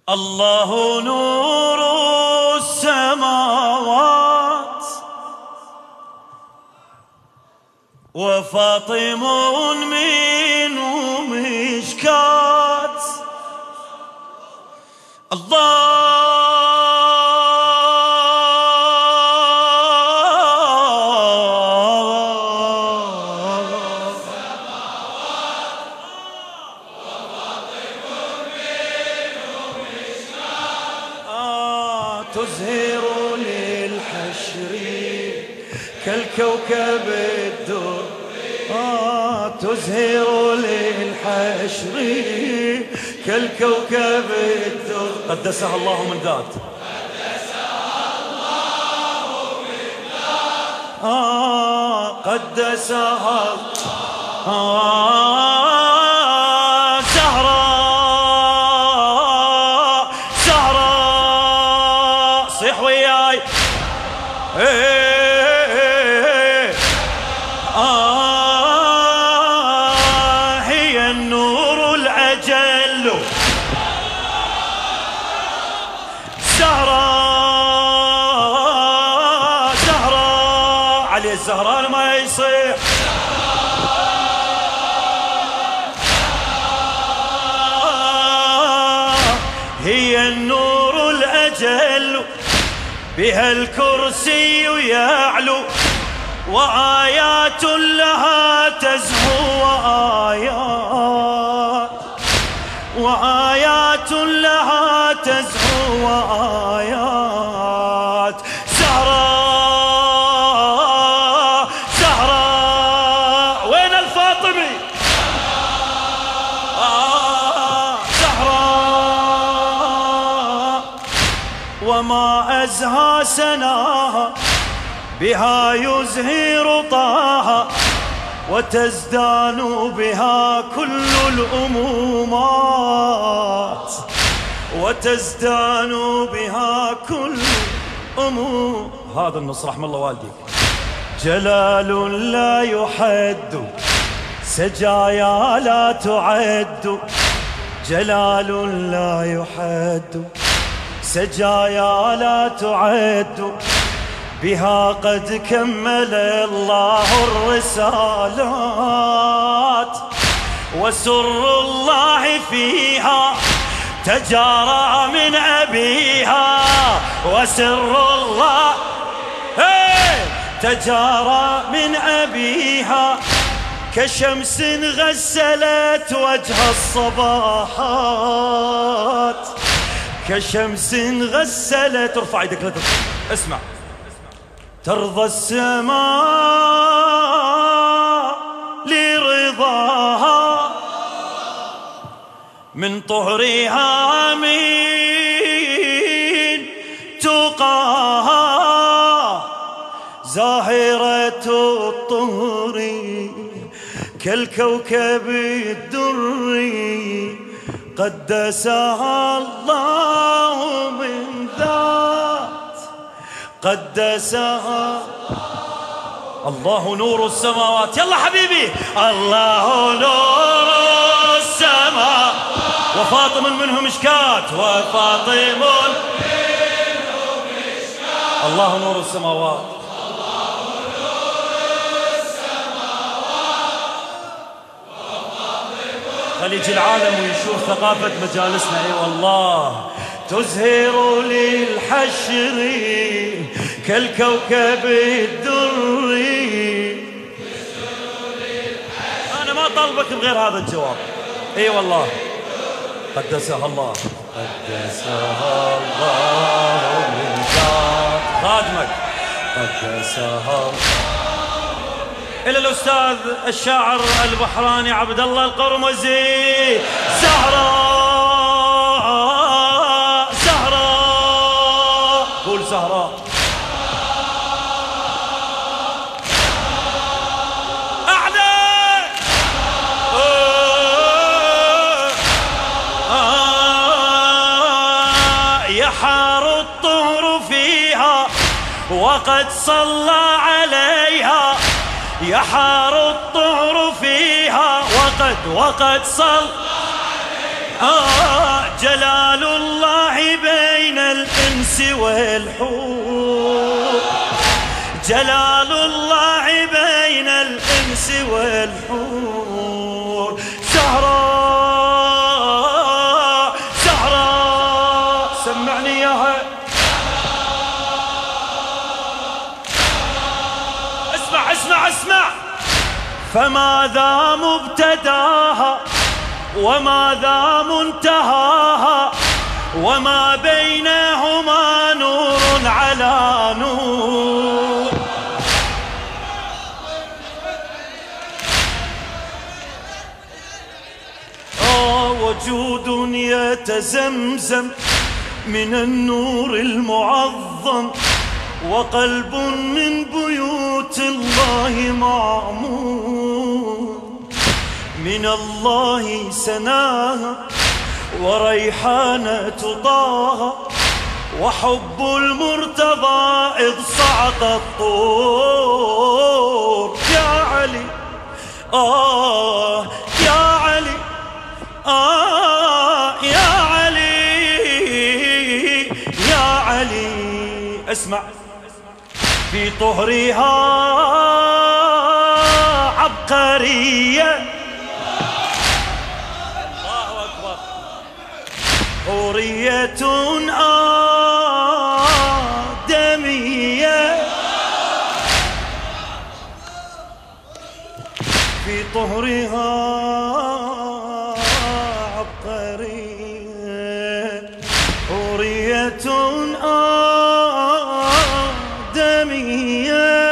الله نور السماوات وفاطم من مشكات. الله تزهر للحشر كالكوكب الدر. تزهر للحشر كالكوكب الدر. قدسها الله من ذات. قدسها زهراء صيح وياي. هي النور الأجل زهراء زهراء علي الزهراء ما يصيح. هي النور الأجل بها الكرسي يعلو وآيات لها تزهو وآيات لها تزهو وآيات. زهراء زهراء وين الفاطمي؟ زهراء وما أزهى سناها بها يزهر طاها وتزدان بها كل الأمومات وتزدان بها كل أموم. هذا النص رحم الله والديك. جلال لا يحد سجايا لا تعد. جلال لا يحد سجايا لا تعد. بها قد كمل الله الرسالات وسر الله فيها تجارى من أبيها. وسر الله تجارى من أبيها كشمس غسلت وجه الصباحات. كشمس غسلت. ارفع يدك لا اسمع. ترضى السماء لرضاها من طهرها من تقاها. زاهرة الطهر كالكوكب الدري قدسها الله من ذات. قدسها الله نور السماوات. يلا حبيبي. الله نور السماء وفاطم منه مشكات وفاطم منه مشكات. الله نور السماوات. الله نور السماوات وفاطم. خليج العالم ويشوف ثقافة مجالسنا. اي والله. تزهر للحشر كالكوكب الدري. أنا ما طالبك بغير هذا الجواب. اي والله. قدسها الله. قدسها الله من ذات. خادمك. قدسها. إلى الأستاذ الشاعر البحراني عبد الله القرمزي. زهراء زهراء. قول زهراء. أعلى. يحار الطهر فيها وقد صلى عليها. يحار الطهر فيها وقد صلى. جلال الله بين الإنس والحور، جلال الله بين الإنس والحور. زهراء زهراء سمعني إياها. اسمع اسمع اسمع. فماذا مبتداها وماذا منتهاها، وما بينهما نور على نور. وجود يتزمزم من النور المعظم، وقلب من بيوت الله معمور. من الله سناها وريحانة طه، وحب المرتضى إذ صعق الطور. يا علي يا علي يا علي يا علي. اسمع. في طهرها عبقرية، الله أكبر، حورية آدمية. في طهرها عبقرية، حورية آدمية،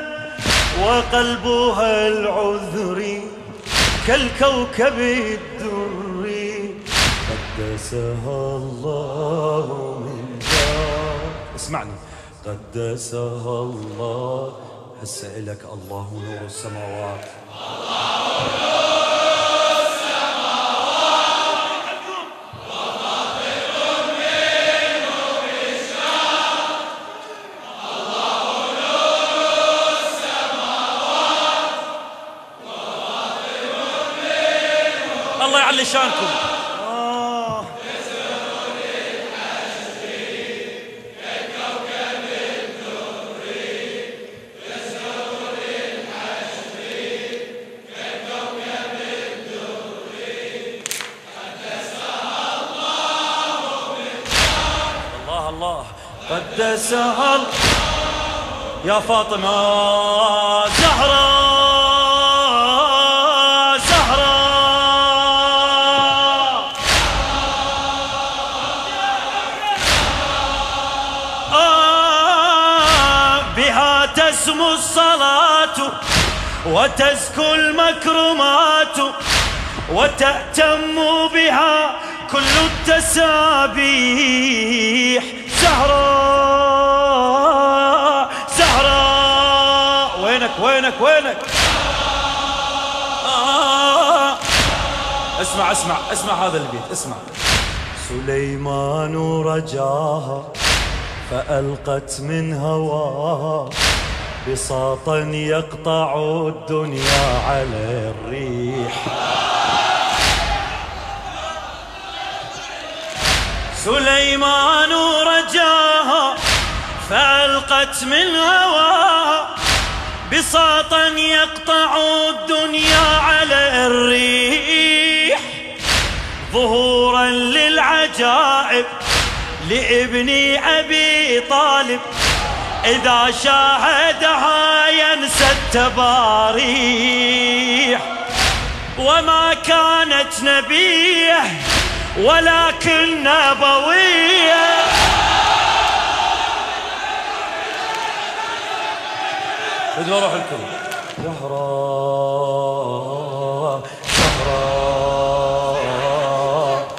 وقلبها العذري كالكوكب الدري، قدسها الله من دار. اسمعني. قدسها الله. هسه إلك الله نور السماوات. الله يعلي شانكم. الله الله. قدسها يا فاطمة زهراء زهراء. بها تسمو الصلاة وتزكو المكرمات، وتأتم بها كل التسابيح. زهراء زهراء. وينك وينك وينك؟ اسمع اسمع اسمع هذا البيت. اسمع. سليمان رجاها فألقت من هواها، بساطا يقطع الدنيا على الريح. سليمان رجاها فألقت من هواها، بساطا يقطع الدنيا على الريح. ظهورا للعجائب لابن أبي طالب، إذا شاهدها ينسى التباريح. وما كانت نبيه ولكن نبوية. بدنا نروح لكم. زهراء زهراء.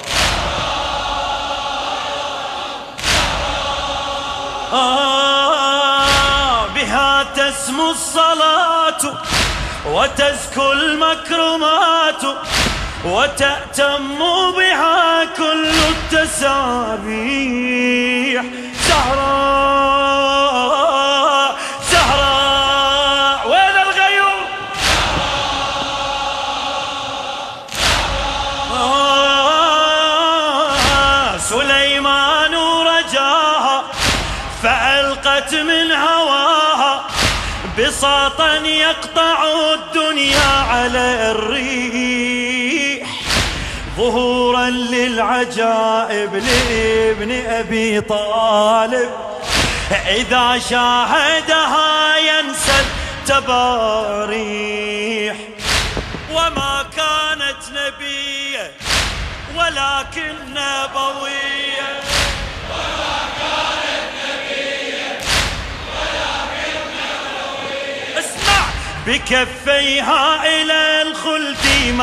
بها تسمو الصلاة وتزكو المكرمات، وتأتم بها كل التسابيح. زهراء زهراء. وين الغيور؟ سليمان فألقت من هواها بساطا يقطع الدنيا على الريح، ظهورا للعجائب لابن أبي طالب، إذا شاهدها ينسى التباريح. وما كانت نبية ولكن نبوية، وما كانت نبية ولكن نبوية. اسمع، بكفيها إلى الخلد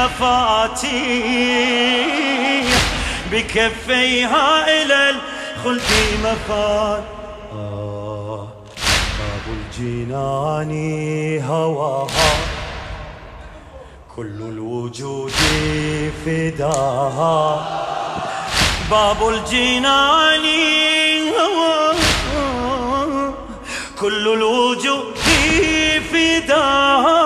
مفاتيح، بكفيها إلى الخلد مفاتيح. باب الجنان هواها كل الوجود فداها، باب الجنان هواها كل الوجود فداها،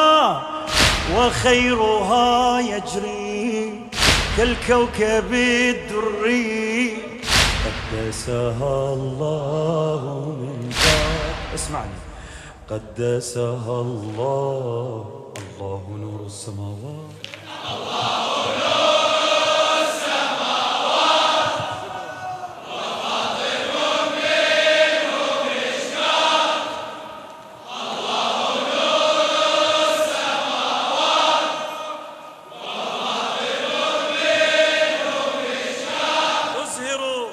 وخيرها يجري كالكوكب الدري، قدسها الله من بعد. اسمعني، قدسها الله، الله نور السماوات، الله نور السماوات، وفاضل منه مشكاة. الله نور السماوات، وفاضل منه مشكاة. أزهروا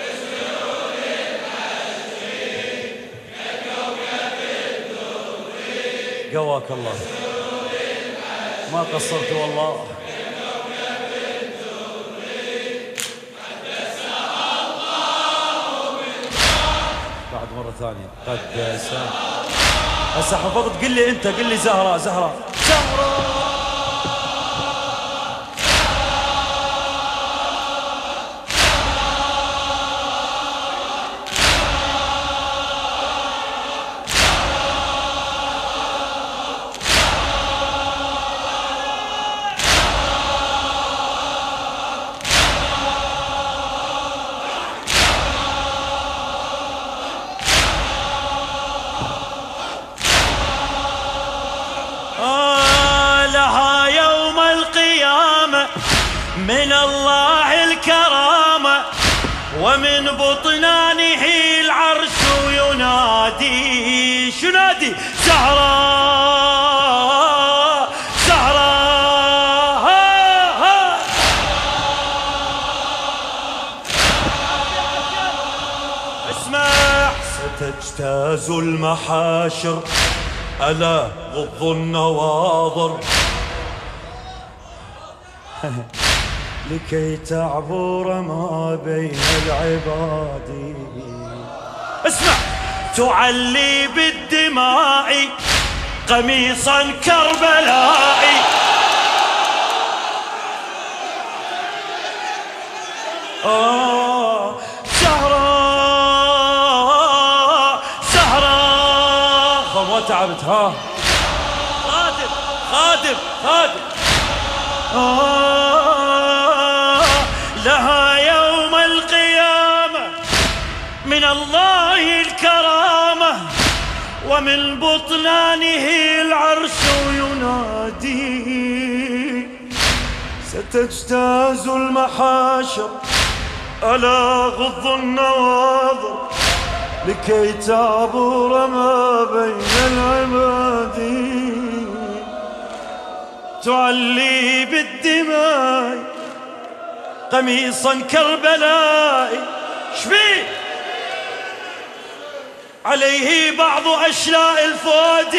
للمجد كالكوكب الدري، قواك الله، ما قصرت والله. بعد مرة ثانية، قدسها. هسه حفظت، قل لي أنت، قل لي زهرة زهرة زهرة. لها يوم القيامة من الله الكرامة، ومن بطنانه العرش ينادي. شو نادي؟ زهراء زهراء. اسمع، ستجتاز المحاشر، ألا غض النواظر لكي تعبر ما بين العباد. اسمع، تعلي بالدماء قميصا كربلائي، زهراء زهراء. ما تعبت ها؟ خادم خادم خادم. لها يوم القيامة من الله الكرامة، ومن بطنانه العرش ينادي. ستجتاز المحاشر، ألا غض النواظر لكي تعبر ما بين العباد. تعلي بالدماء قميصا كربلائي. شبيه؟ عليه بعض أشلاء الفؤاد.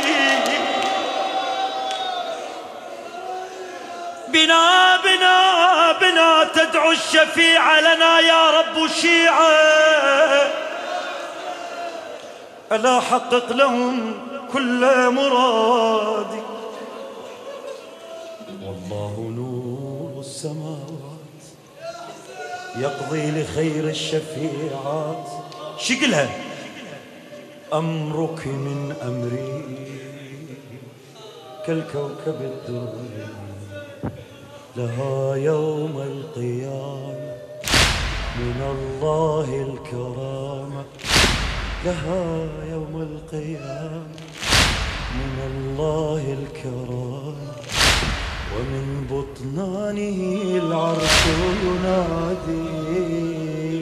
بنا بنا بنا تدعو الشفيع لنا يا رب شيعا، ألا حقق لهم كل مراد. والله نور السماوات يقضي لخير الشفيعات. شكلها أمرك من أمري كالكوكب الدري، لها يوم القيامة من الله الكرامة، لها يوم القيامة من الله الكرام، ومن بطنانه العرش ينادي.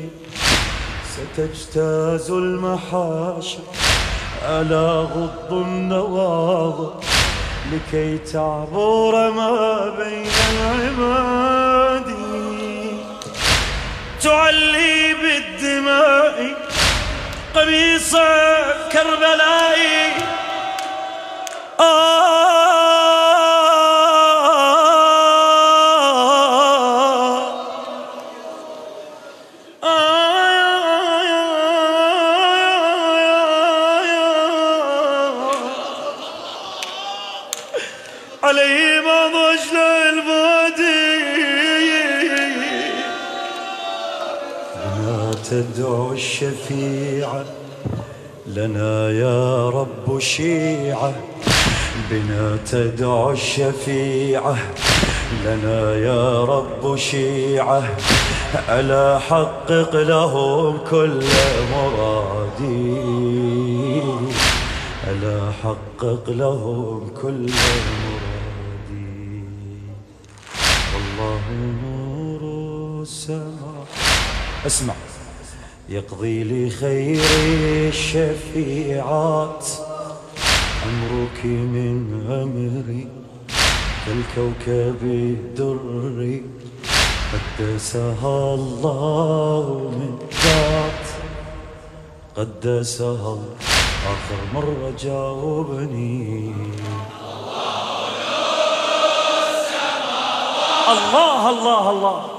ستجتاز المحاشر ألا غض النواظر لكي تعبر ما بين العباد. تعلي بالدماء قميص كربلاء عليه ما ضجل البادي. لنا تدعو الشفيعة لنا يا رب شيعة، بنا تدعو الشفيعة لنا يا رب شيعة، ألا حقق لهم كل مرادي، ألا حقق لهم كل مرادي. والله نور السماء اسمع يقضي لي خير الشفيعات، عمرك من أمري كالكوكب الدري، قدسها الله من ذات، قدسها الله. آخر مرة جاوبني. الله الله الله